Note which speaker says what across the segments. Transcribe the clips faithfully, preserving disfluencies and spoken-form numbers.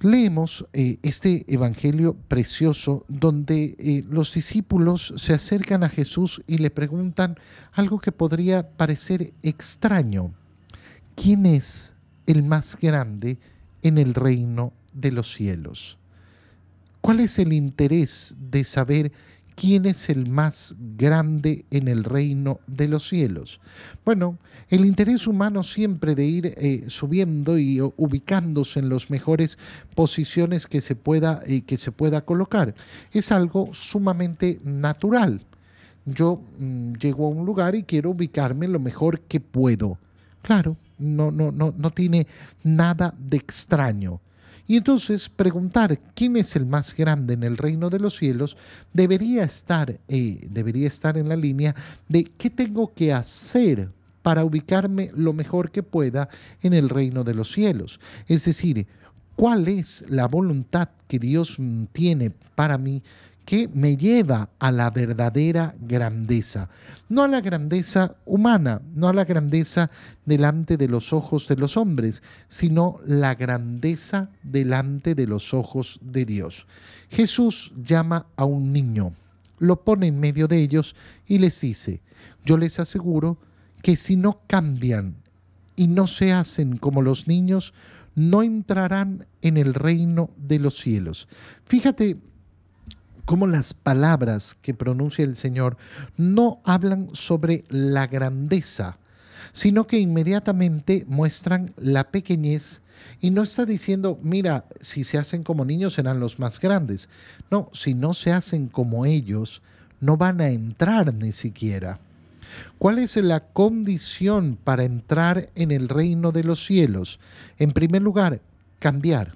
Speaker 1: Leemos eh, este evangelio precioso donde eh, los discípulos se acercan a Jesús y le preguntan algo que podría parecer extraño. ¿Quién es el más grande en el reino de los cielos? ¿Cuál es el interés de saber quién es el más grande en el reino de los cielos? Bueno, el interés humano siempre de ir eh, subiendo y o, ubicándose en las mejores posiciones que se pueda, eh, que se pueda colocar es algo sumamente natural. Yo mm, llego a un lugar y quiero ubicarme lo mejor que puedo. Claro, no, no, no, no tiene nada de extraño. Y entonces preguntar quién es el más grande en el reino de los cielos debería estar, eh, debería estar en la línea de qué tengo que hacer para ubicarme lo mejor que pueda en el reino de los cielos. Es decir, cuál es la voluntad que Dios tiene para mí que me lleva a la verdadera grandeza, no a la grandeza humana, no a la grandeza delante de los ojos de los hombres, sino la grandeza delante de los ojos de Dios. Jesús llama a un niño, lo pone en medio de ellos y les dice: yo les aseguro que si no cambian y no se hacen como los niños, no entrarán en el reino de los cielos. Fíjate cómo las palabras que pronuncia el Señor no hablan sobre la grandeza, sino que inmediatamente muestran la pequeñez y no está diciendo, mira, si se hacen como niños serán los más grandes. No, si no se hacen como ellos, no van a entrar ni siquiera. ¿Cuál es la condición para entrar en el reino de los cielos? En primer lugar, cambiar.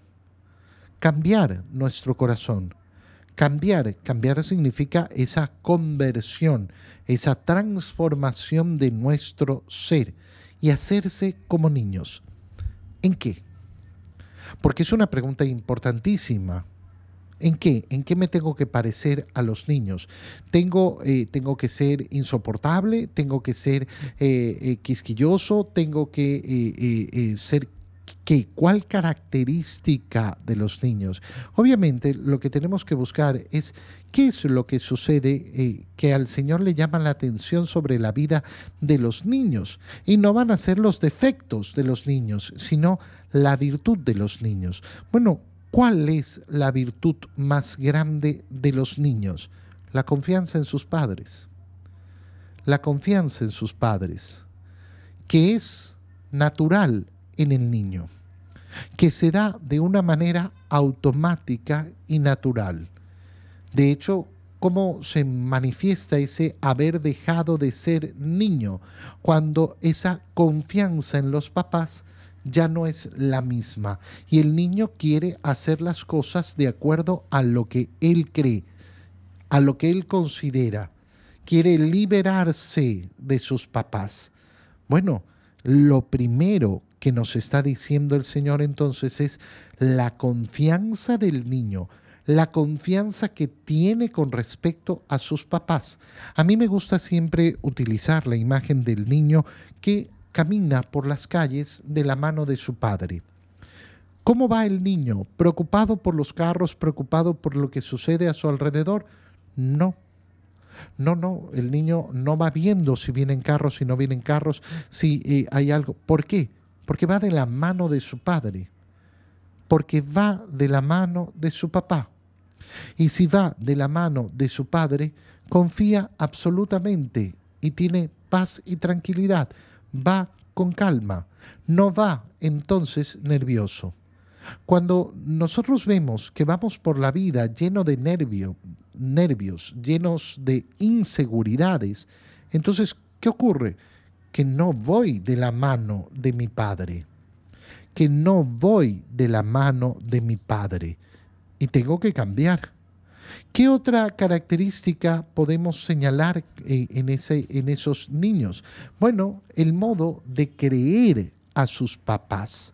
Speaker 1: Cambiar nuestro corazón. Cambiar, cambiar significa esa conversión, esa transformación de nuestro ser y hacerse como niños. ¿En qué? Porque es una pregunta importantísima. ¿En qué? ¿En qué me tengo que parecer a los niños? ¿Tengo, eh, tengo que ser insoportable? ¿Tengo que ser eh, eh, quisquilloso? ¿Tengo que eh, eh, eh, ser ¿qué? ¿Cuál característica de los niños? Obviamente lo que tenemos que buscar es qué es lo que sucede eh, que al Señor le llama la atención sobre la vida de los niños. Y no van a ser los defectos de los niños, sino la virtud de los niños. Bueno, ¿cuál es la virtud más grande de los niños? La confianza en sus padres. La confianza en sus padres, que es natural en el niño, que se da de una manera automática y natural. De hecho, ¿cómo se manifiesta ese haber dejado de ser niño cuando esa confianza en los papás ya no es la misma y el niño quiere hacer las cosas de acuerdo a lo que él cree, a lo que él considera, quiere liberarse de sus papás? Bueno, lo primero que nos está diciendo el Señor entonces es la confianza del niño, la confianza que tiene con respecto a sus papás. A mí me gusta siempre utilizar la imagen del niño que camina por las calles de la mano de su padre. ¿Cómo va el niño? ¿Preocupado por los carros? ¿Preocupado por lo que sucede a su alrededor? No. No, no, el niño no va viendo si vienen carros, si no vienen carros, si eh, hay algo. ¿Por qué? Porque va de la mano de su padre, porque va de la mano de su papá. Y si va de la mano de su padre, confía absolutamente y tiene paz y tranquilidad. Va con calma, no va entonces nervioso. Cuando nosotros vemos que vamos por la vida lleno de nervio, nervios, llenos de inseguridades, entonces, ¿qué ocurre? Que no voy de la mano de mi padre, que no voy de la mano de mi padre y tengo que cambiar. ¿Qué otra característica podemos señalar eh, en, ese, en esos niños? Bueno, el modo de creer a sus papás.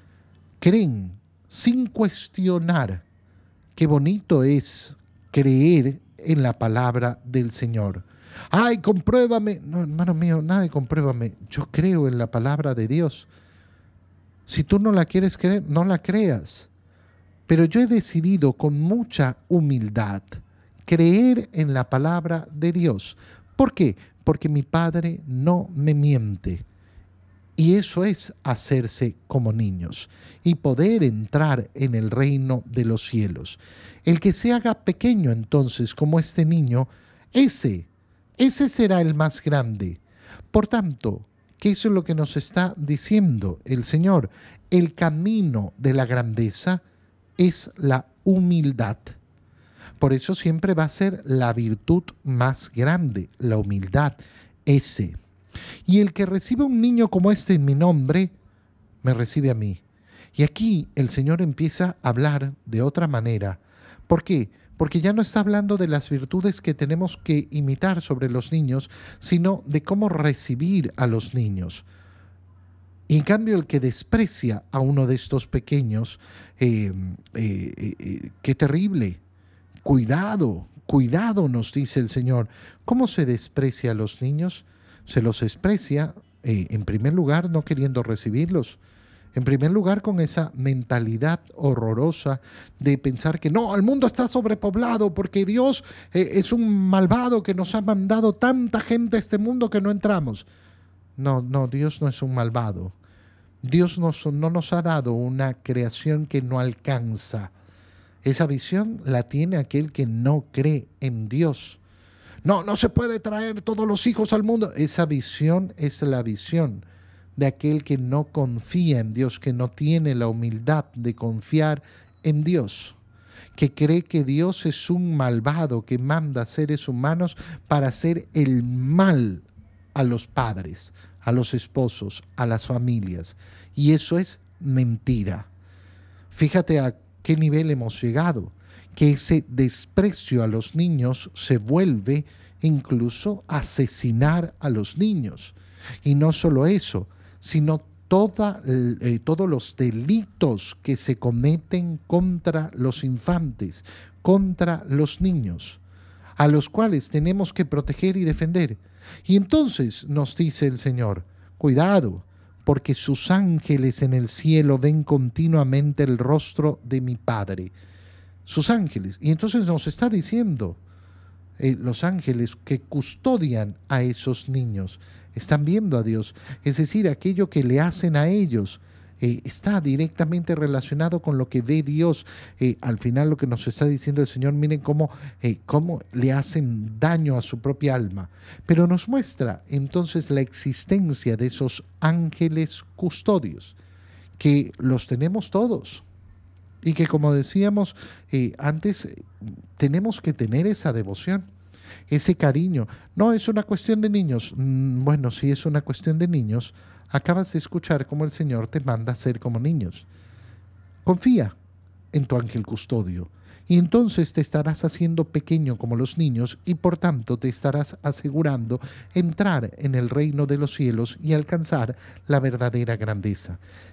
Speaker 1: Creen sin cuestionar. Qué bonito es creer en la palabra del Señor. ¡Ay, compruébame! No, hermano mío, nada de compruébame. Yo creo en la palabra de Dios. Si tú no la quieres creer, no la creas. pero yo he decidido con mucha humildad creer en la palabra de Dios. ¿Por qué? Porque mi Padre no me miente. Y eso es hacerse como niños y poder entrar en el reino de los cielos. El que se haga pequeño entonces como este niño, ese, ese será el más grande. Por tanto, ¿qué es lo que nos está diciendo el Señor? El camino de la grandeza es la humildad. Por eso siempre va a ser la virtud más grande, la humildad, ese. Y el que recibe un niño como este en mi nombre, me recibe a mí. Y aquí el Señor empieza a hablar de otra manera. ¿Por qué? Porque ya no está hablando de las virtudes que tenemos que imitar sobre los niños, sino de cómo recibir a los niños. Y en cambio el que desprecia a uno de estos pequeños, eh, eh, eh, eh, qué terrible. Cuidado, cuidado, nos dice el Señor. ¿Cómo se desprecia a los niños? Se los desprecia, eh, en primer lugar, no queriendo recibirlos. En primer lugar, con esa mentalidad horrorosa de pensar que no, el mundo está sobrepoblado porque Dios eh, es un malvado que nos ha mandado tanta gente a este mundo que no entramos. No, no, Dios no es un malvado. Dios nos, no nos ha dado una creación que no alcanza. Esa visión la tiene aquel que no cree en Dios. No, no se puede traer todos los hijos al mundo. Esa visión es la visión de aquel que no confía en Dios, que no tiene la humildad de confiar en Dios, que cree que Dios es un malvado que manda a seres humanos para hacer el mal a los padres, a los esposos, a las familias. Y eso es mentira. Fíjate a qué nivel hemos llegado, que ese desprecio a los niños se vuelve incluso asesinar a los niños. Y no solo eso, sino toda, eh, todos los delitos que se cometen contra los infantes, contra los niños, a los cuales tenemos que proteger y defender. Y entonces nos dice el Señor, cuidado, porque sus ángeles en el cielo ven continuamente el rostro de mi Padre. Sus ángeles. Y entonces nos está diciendo, eh, los ángeles que custodian a esos niños están viendo a Dios. Es decir, aquello que le hacen a ellos eh, está directamente relacionado con lo que ve Dios. Eh, al final lo que nos está diciendo el Señor, miren cómo, eh, cómo le hacen daño a su propia alma. Pero nos muestra entonces la existencia de esos ángeles custodios, que los tenemos todos. Y que, como decíamos eh, antes, eh, tenemos que tener esa devoción, ese cariño. No es una cuestión de niños. Mm, bueno, si es una cuestión de niños, acabas de escuchar cómo el Señor te manda a ser como niños. Confía en tu ángel custodio y entonces te estarás haciendo pequeño como los niños y por tanto te estarás asegurando entrar en el reino de los cielos y alcanzar la verdadera grandeza.